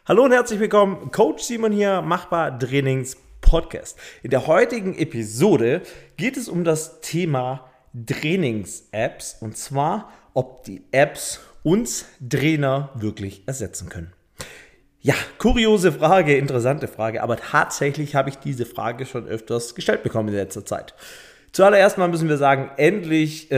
Hallo und herzlich willkommen, Coach Simon hier, Machbar Trainings Podcast. In der heutigen Episode geht es um das Thema Trainings-Apps und zwar, ob die Apps uns Trainer wirklich ersetzen können. Ja, kuriose Frage, interessante Frage, aber tatsächlich habe ich diese Frage schon öfters gestellt bekommen in letzter Zeit. Zuallererst mal müssen wir sagen, endlich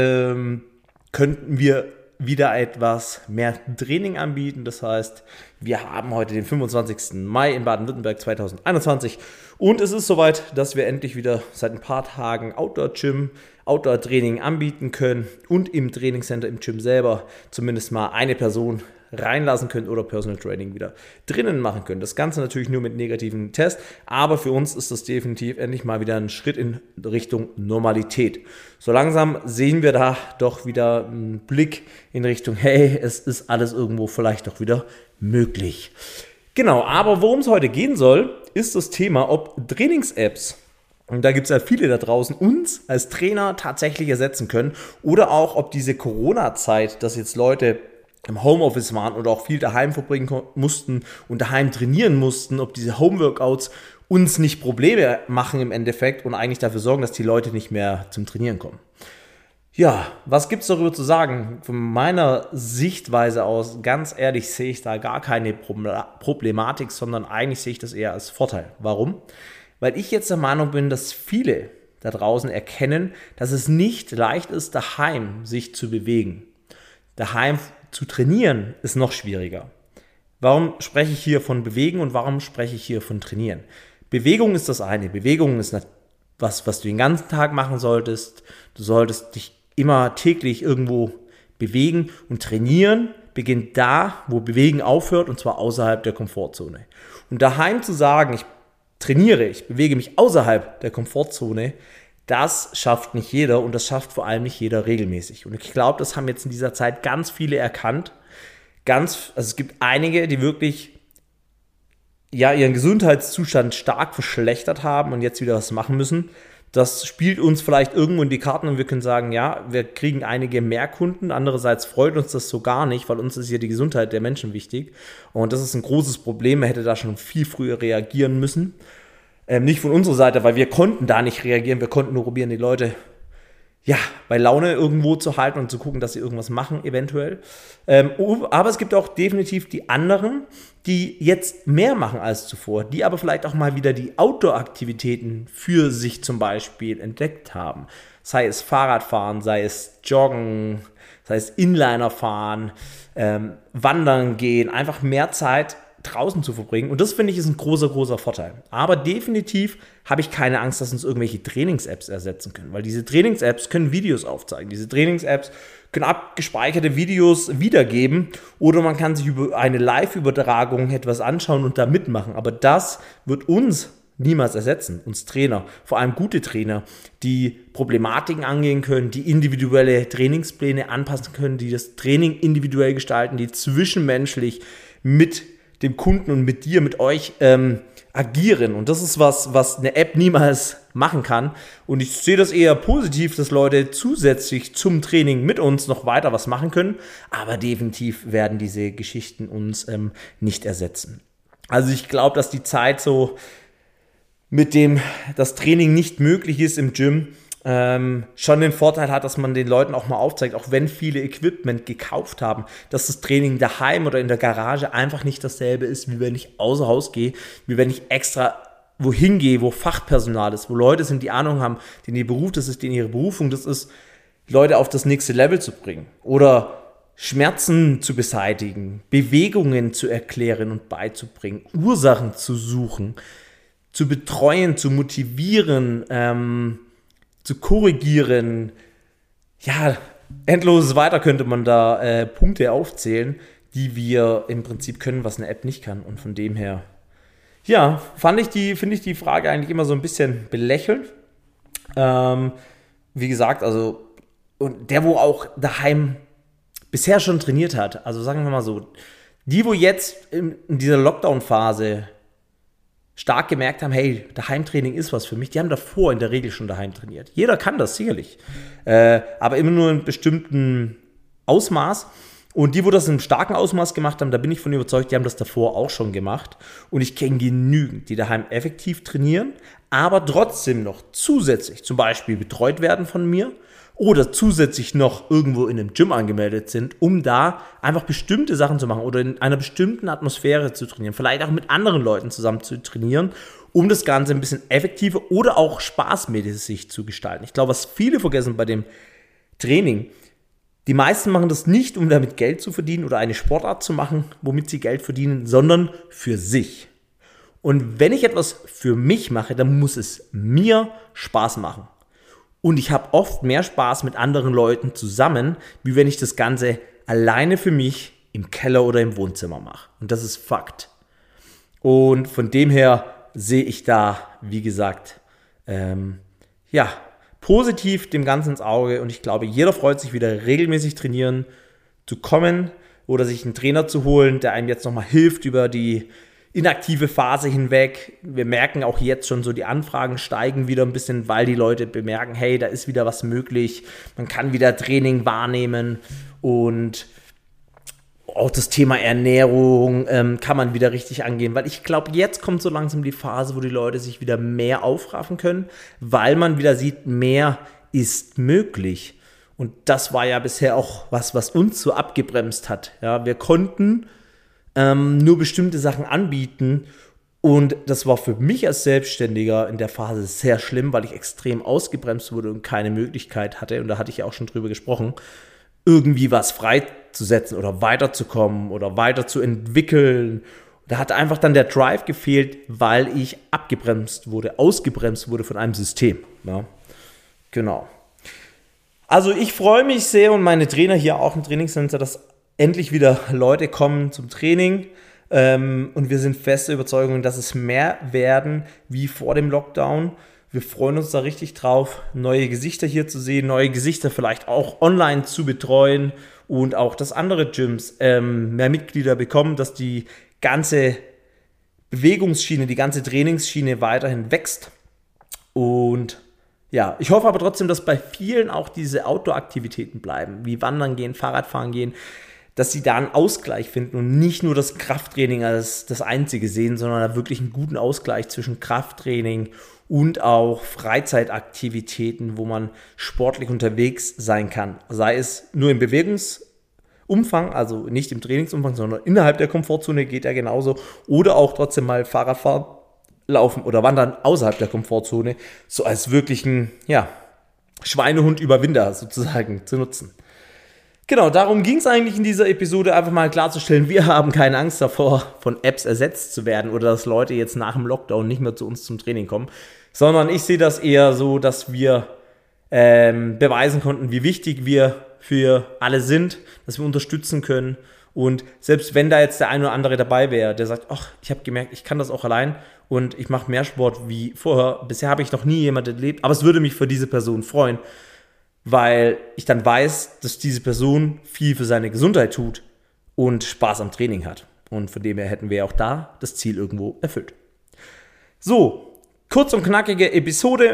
könnten wir wieder etwas mehr Training anbieten. Das heißt, wir haben heute den 25. Mai in Baden-Württemberg 2021 und es ist soweit, dass wir endlich wieder seit ein paar Tagen Outdoor-Gym, Outdoor-Training anbieten können und im Trainingscenter, im Gym selber zumindest mal eine Person reinlassen können oder Personal Training wieder drinnen machen können. Das Ganze natürlich nur mit negativen Test, aber für uns ist das definitiv endlich mal wieder ein Schritt in Richtung Normalität. So langsam sehen wir da doch wieder einen Blick in Richtung, hey, es ist alles irgendwo vielleicht doch wieder möglich. Genau, aber worum es heute gehen soll, ist das Thema, ob Trainings-Apps, und da gibt es ja viele da draußen, uns als Trainer tatsächlich ersetzen können oder auch, ob diese Corona-Zeit, dass jetzt Leute im Homeoffice waren oder auch viel daheim verbringen mussten und daheim trainieren mussten, ob diese Homeworkouts uns nicht Probleme machen im Endeffekt und eigentlich dafür sorgen, dass die Leute nicht mehr zum Trainieren kommen. Ja, was gibt es darüber zu sagen? Von meiner Sichtweise aus, ganz ehrlich, sehe ich da gar keine Problematik, sondern eigentlich sehe ich das eher als Vorteil. Warum? Weil ich jetzt der Meinung bin, dass viele da draußen erkennen, dass es nicht leicht ist, daheim sich zu bewegen. Daheim zu trainieren ist noch schwieriger. Warum spreche ich hier von Bewegen und warum spreche ich hier von Trainieren? Bewegung ist das eine. Bewegung ist was du den ganzen Tag machen solltest. Du solltest dich immer täglich irgendwo bewegen und trainieren beginnt da, wo Bewegen aufhört und zwar außerhalb der Komfortzone. Und daheim zu sagen, ich trainiere, ich bewege mich außerhalb der Komfortzone, das schafft nicht jeder und das schafft vor allem nicht jeder regelmäßig. Und ich glaube, das haben jetzt in dieser Zeit ganz viele erkannt. Also es gibt einige, die wirklich ihren Gesundheitszustand stark verschlechtert haben und jetzt wieder was machen müssen. Das spielt uns vielleicht irgendwo in die Karten und wir können sagen, ja, wir kriegen einige mehr Kunden. Andererseits freut uns das so gar nicht, weil uns ist hier die Gesundheit der Menschen wichtig. Und das ist ein großes Problem. Man hätte da schon viel früher reagieren müssen. Nicht von unserer Seite, weil wir konnten da nicht reagieren. Wir konnten nur probieren, die Leute bei Laune irgendwo zu halten und zu gucken, dass sie irgendwas machen, eventuell. Aber es gibt auch definitiv die anderen, die jetzt mehr machen als zuvor, die aber vielleicht auch mal wieder die Outdoor-Aktivitäten für sich zum Beispiel entdeckt haben. Sei es Fahrradfahren, sei es Joggen, sei es Inlinerfahren, Wandern gehen, einfach mehr Zeit draußen zu verbringen. Und das, finde ich, ist ein großer, großer Vorteil. Aber definitiv habe ich keine Angst, dass uns irgendwelche Trainings-Apps ersetzen können, weil diese Trainings-Apps können Videos aufzeigen. Diese Trainings-Apps können abgespeicherte Videos wiedergeben oder man kann sich über eine Live-Übertragung etwas anschauen und da mitmachen. Aber das wird uns niemals ersetzen, uns Trainer, vor allem gute Trainer, die Problematiken angehen können, die individuelle Trainingspläne anpassen können, die das Training individuell gestalten, die zwischenmenschlich mit dem Kunden und mit dir, mit euch agieren. Und das ist was eine App niemals machen kann. Und ich sehe das eher positiv, dass Leute zusätzlich zum Training mit uns noch weiter was machen können. Aber definitiv werden diese Geschichten uns nicht ersetzen. Also ich glaube, dass die Zeit so mit dem das Training nicht möglich ist im Gym, schon den Vorteil hat, dass man den Leuten auch mal aufzeigt, auch wenn viele Equipment gekauft haben, dass das Training daheim oder in der Garage einfach nicht dasselbe ist, wie wenn ich außer Haus gehe, wie wenn ich extra wohin gehe, wo Fachpersonal ist, wo Leute sind, die Ahnung haben, denen ihr Beruf das ist, denen ihre Berufung das ist, Leute auf das nächste Level zu bringen oder Schmerzen zu beseitigen, Bewegungen zu erklären und beizubringen, Ursachen zu suchen, zu betreuen, zu motivieren, zu korrigieren. Ja, endloses weiter könnte man da Punkte aufzählen, die wir im Prinzip können, was eine App nicht kann. Und von dem her, finde ich die Frage eigentlich immer so ein bisschen belächelt. Wie gesagt, also, und der, wo auch daheim bisher schon trainiert hat, also sagen wir mal so, die, wo jetzt in dieser Lockdown-Phase stark gemerkt haben, hey, Daheimtraining ist was für mich, die haben davor in der Regel schon daheim trainiert. Jeder kann das, sicherlich. Aber immer nur in bestimmten Ausmaß. Und die, wo das in einem starken Ausmaß gemacht haben, da bin ich von überzeugt, die haben das davor auch schon gemacht. Und ich kenne genügend, die daheim effektiv trainieren, aber trotzdem noch zusätzlich zum Beispiel betreut werden von mir oder zusätzlich noch irgendwo in einem Gym angemeldet sind, um da einfach bestimmte Sachen zu machen oder in einer bestimmten Atmosphäre zu trainieren, vielleicht auch mit anderen Leuten zusammen zu trainieren, um das Ganze ein bisschen effektiver oder auch spaßmäßig zu gestalten. Ich glaube, was viele vergessen bei dem Training, die meisten machen das nicht, um damit Geld zu verdienen oder eine Sportart zu machen, womit sie Geld verdienen, sondern für sich. Und wenn ich etwas für mich mache, dann muss es mir Spaß machen. Und ich habe oft mehr Spaß mit anderen Leuten zusammen, wie wenn ich das Ganze alleine für mich im Keller oder im Wohnzimmer mache. Und das ist Fakt. Und von dem her sehe ich da, wie gesagt, positiv dem Ganzen ins Auge. Und ich glaube, jeder freut sich wieder regelmäßig trainieren zu kommen oder sich einen Trainer zu holen, der einem jetzt nochmal hilft über die inaktive Phase hinweg. Wir merken auch jetzt schon so, die Anfragen steigen wieder ein bisschen, weil die Leute bemerken, hey, da ist wieder was möglich. Man kann wieder Training wahrnehmen und auch das Thema Ernährung kann man wieder richtig angehen, weil ich glaube, jetzt kommt so langsam die Phase, wo die Leute sich wieder mehr aufraffen können, weil man wieder sieht, mehr ist möglich. Und das war ja bisher auch was uns so abgebremst hat. Ja, wir konnten nur bestimmte Sachen anbieten und das war für mich als Selbstständiger in der Phase sehr schlimm, weil ich extrem ausgebremst wurde und keine Möglichkeit hatte, und da hatte ich ja auch schon drüber gesprochen, irgendwie was freizusetzen oder weiterzukommen oder weiterzuentwickeln. Da hat einfach dann der Drive gefehlt, weil ich ausgebremst wurde von einem System. Ja, genau. Also ich freue mich sehr und meine Trainer hier auch im Trainingscenter, dass endlich wieder Leute kommen zum Training. Und wir sind feste Überzeugung, dass es mehr werden wie vor dem Lockdown. Wir freuen uns da richtig drauf, neue Gesichter hier zu sehen, neue Gesichter vielleicht auch online zu betreuen und auch, dass andere Gyms mehr Mitglieder bekommen, dass die ganze Bewegungsschiene, die ganze Trainingsschiene weiterhin wächst. Und ja, ich hoffe aber trotzdem, dass bei vielen auch diese Outdoor-Aktivitäten bleiben, wie Wandern gehen, Fahrradfahren gehen, dass sie da einen Ausgleich finden und nicht nur das Krafttraining als das Einzige sehen, sondern da wirklich einen guten Ausgleich zwischen Krafttraining und auch Freizeitaktivitäten, wo man sportlich unterwegs sein kann. Sei es nur im Bewegungsumfang, also nicht im Trainingsumfang, sondern innerhalb der Komfortzone geht ja genauso. Oder auch trotzdem mal Fahrradfahren, Laufen oder Wandern außerhalb der Komfortzone, so als wirklichen Schweinehund über Winter sozusagen zu nutzen. Genau, darum ging es eigentlich in dieser Episode, einfach mal klarzustellen, wir haben keine Angst davor, von Apps ersetzt zu werden oder dass Leute jetzt nach dem Lockdown nicht mehr zu uns zum Training kommen, sondern ich sehe das eher so, dass wir beweisen konnten, wie wichtig wir für alle sind, dass wir unterstützen können. Und selbst wenn da jetzt der ein oder andere dabei wäre, der sagt, ach, ich habe gemerkt, ich kann das auch allein und ich mache mehr Sport wie vorher, bisher habe ich noch nie jemanden erlebt, aber es würde mich für diese Person freuen, weil ich dann weiß, dass diese Person viel für seine Gesundheit tut und Spaß am Training hat. Und von dem her hätten wir auch da das Ziel irgendwo erfüllt. So, kurz und knackige Episode.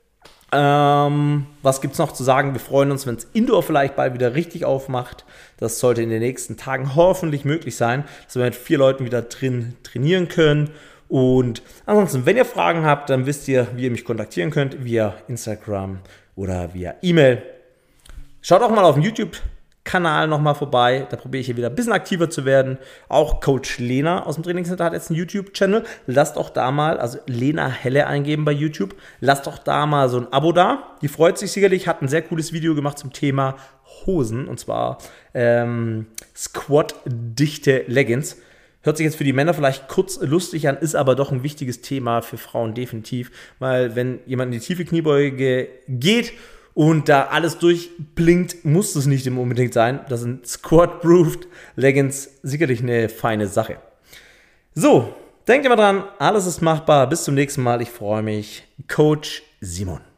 Was gibt es noch zu sagen? Wir freuen uns, wenn es Indoor vielleicht bald wieder richtig aufmacht. Das sollte in den nächsten Tagen hoffentlich möglich sein, dass wir mit 4 Leuten wieder drin trainieren können. Und ansonsten, wenn ihr Fragen habt, dann wisst ihr, wie ihr mich kontaktieren könnt, via Instagram oder via E-Mail. Schaut auch mal auf dem YouTube-Kanal nochmal vorbei. Da probiere ich hier wieder ein bisschen aktiver zu werden. Auch Coach Lena aus dem Trainingscenter hat jetzt einen YouTube-Channel. Lasst auch da mal, also Lena Helle eingeben bei YouTube. Lasst doch da mal so ein Abo da. Die freut sich sicherlich. Hat ein sehr cooles Video gemacht zum Thema Hosen. Und zwar Squat-dichte Leggings. Hört sich jetzt für die Männer vielleicht kurz lustig an, ist aber doch ein wichtiges Thema für Frauen definitiv, weil wenn jemand in die tiefe Kniebeuge geht und da alles durchblinkt, muss das nicht unbedingt sein. Das sind Squat-Proofed Leggings, sicherlich eine feine Sache. So, denkt immer dran, alles ist machbar. Bis zum nächsten Mal, ich freue mich. Coach Simon.